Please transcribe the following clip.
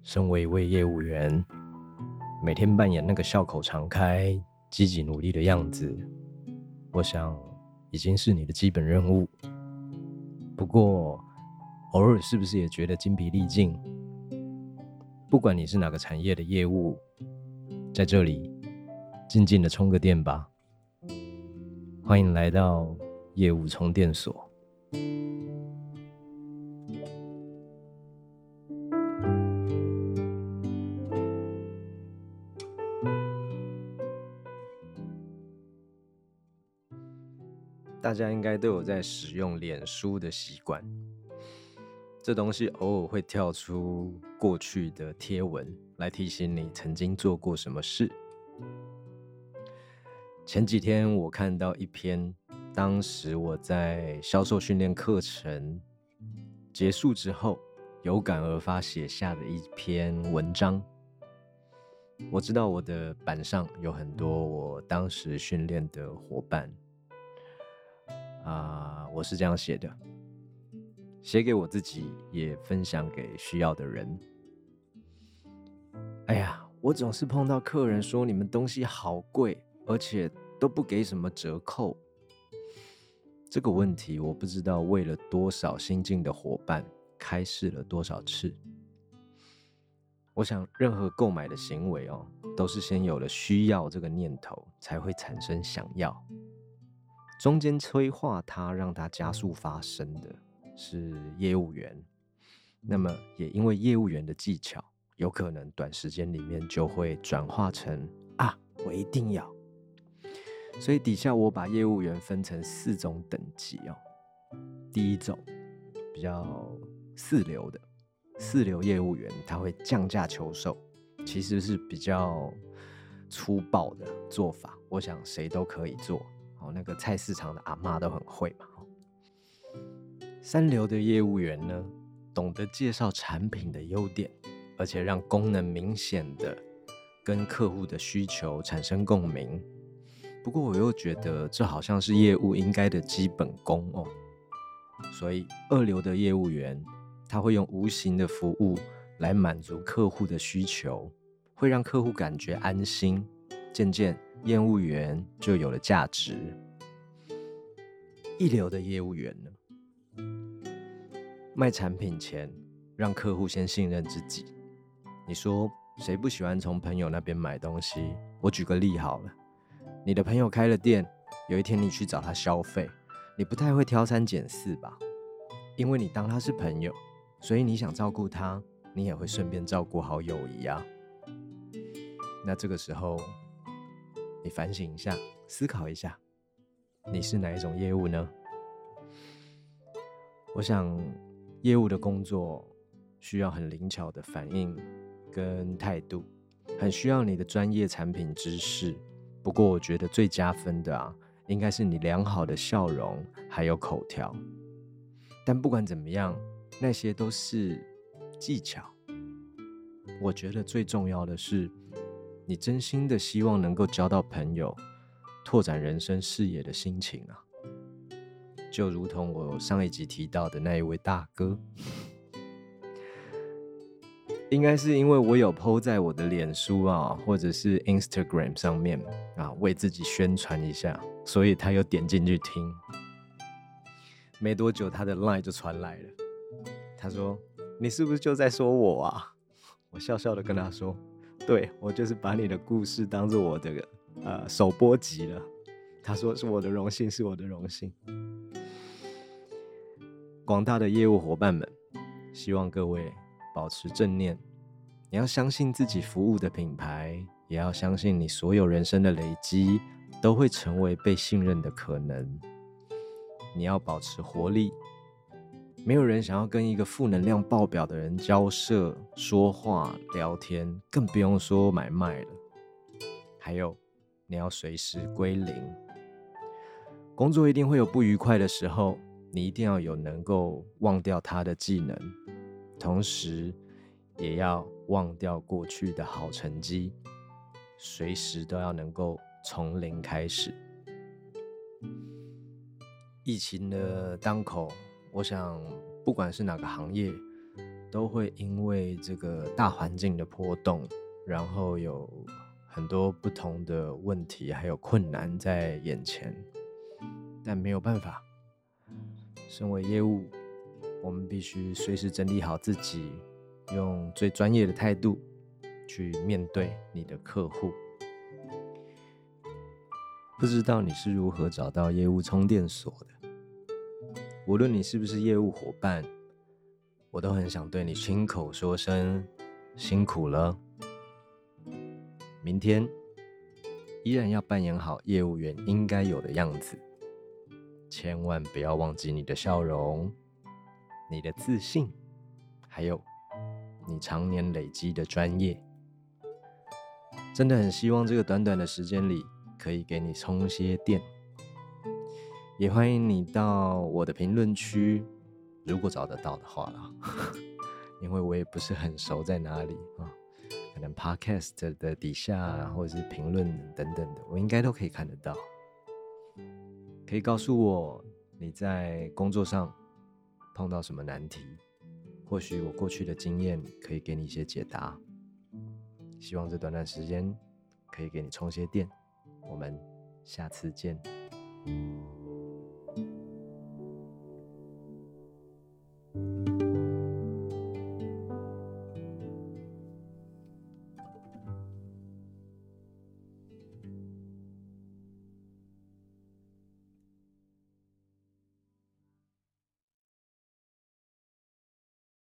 身为一位业务员，每天扮演那个笑口常开、积极努力的样子，我想已经是你的基本任务。不过，偶尔是不是也觉得精疲力尽？不管你是哪个产业的业务，在这里静静的充个电吧。欢迎来到业务充电所。大家应该都有在使用脸书的习惯，这东西偶尔会跳出过去的贴文来提醒你曾经做过什么事。前几天我看到一篇当时我在销售训练课程结束之后有感而发写下的一篇文章。我知道我的板上有很多我当时训练的伙伴，我是这样写的，写给我自己，也分享给需要的人。哎呀，我总是碰到客人说你们东西好贵，而且都不给什么折扣。这个问题我不知道为了多少新进的伙伴开示了多少次。我想任何购买的行为都是先有了需要这个念头才会产生想要，中间催化它让它加速发生的是业务员。那么也因为业务员的技巧有可能短时间里面就会转化成我一定要。所以底下我把业务员分成4种等级第一种比较四流业务员，他会降价求售，其实是比较粗暴的做法，我想谁都可以做，那个菜市场的阿嬷都很会嘛。3流的业务员呢，懂得介绍产品的优点，而且让功能明显的跟客户的需求产生共鸣。不过我又觉得这好像是业务应该的基本功所以2流的业务员，他会用无形的服务来满足客户的需求，会让客户感觉安心，渐渐业务员就有了价值。1流的业务员呢，卖产品前让客户先信任自己。你说谁不喜欢从朋友那边买东西？我举个例好了，你的朋友开了店，有一天你去找他消费，你不太会挑3拣4吧？因为你当他是朋友，所以你想照顾他，你也会顺便照顾好友谊啊。那这个时候你反省一下，思考一下，你是哪一种业务呢？我想业务的工作需要很灵巧的反应跟态度，很需要你的专业产品知识。不过我觉得最加分的应该是你良好的笑容还有口条。但不管怎么样，那些都是技巧。我觉得最重要的是你真心的希望能够交到朋友，拓展人生视野的心情就如同我上一集提到的那一位大哥，应该是因为我有 po 在我的脸书或者是 Instagram 上面为自己宣传一下，所以他有点进去听。没多久他的 LINE 就传来了，他说你是不是就在说我我笑笑的跟他说，对，我就是把你的故事当作我的首播集了。他说是我的荣幸，是我的荣幸。广大的业务伙伴们，希望各位保持正念，你要相信自己服务的品牌，也要相信你所有人生的累积都会成为被信任的可能。你要保持活力，没有人想要跟一个负能量爆表的人交涉、说话、聊天，更不用说买卖了。还有，你要随时归零。工作一定会有不愉快的时候，你一定要有能够忘掉它的技能，同时也要忘掉过去的好成绩，随时都要能够从零开始。疫情的当口，我想不管是哪个行业， 都会因为这个大环境的波动，然后有很多不同的问题还有困难在眼前，但没有办法，身为业务，我们必须随时整理好自己，用最专业的态度去面对你的客户。不知道你是如何找到业务充电所的？无论你是不是业务伙伴，我都很想对你亲口说声辛苦了。明天依然要扮演好业务员应该有的样子，千万不要忘记你的笑容、你的自信，还有你常年累积的专业。真的很希望这个短短的时间里可以给你充些电，也欢迎你到我的评论区，如果找得到的话啦因为我也不是很熟在哪里可能 podcast 的底下或者是评论等等的，我应该都可以看得到。可以告诉我你在工作上碰到什么难题，或许我过去的经验可以给你一些解答。希望这短短时间可以给你充些电，我们下次见。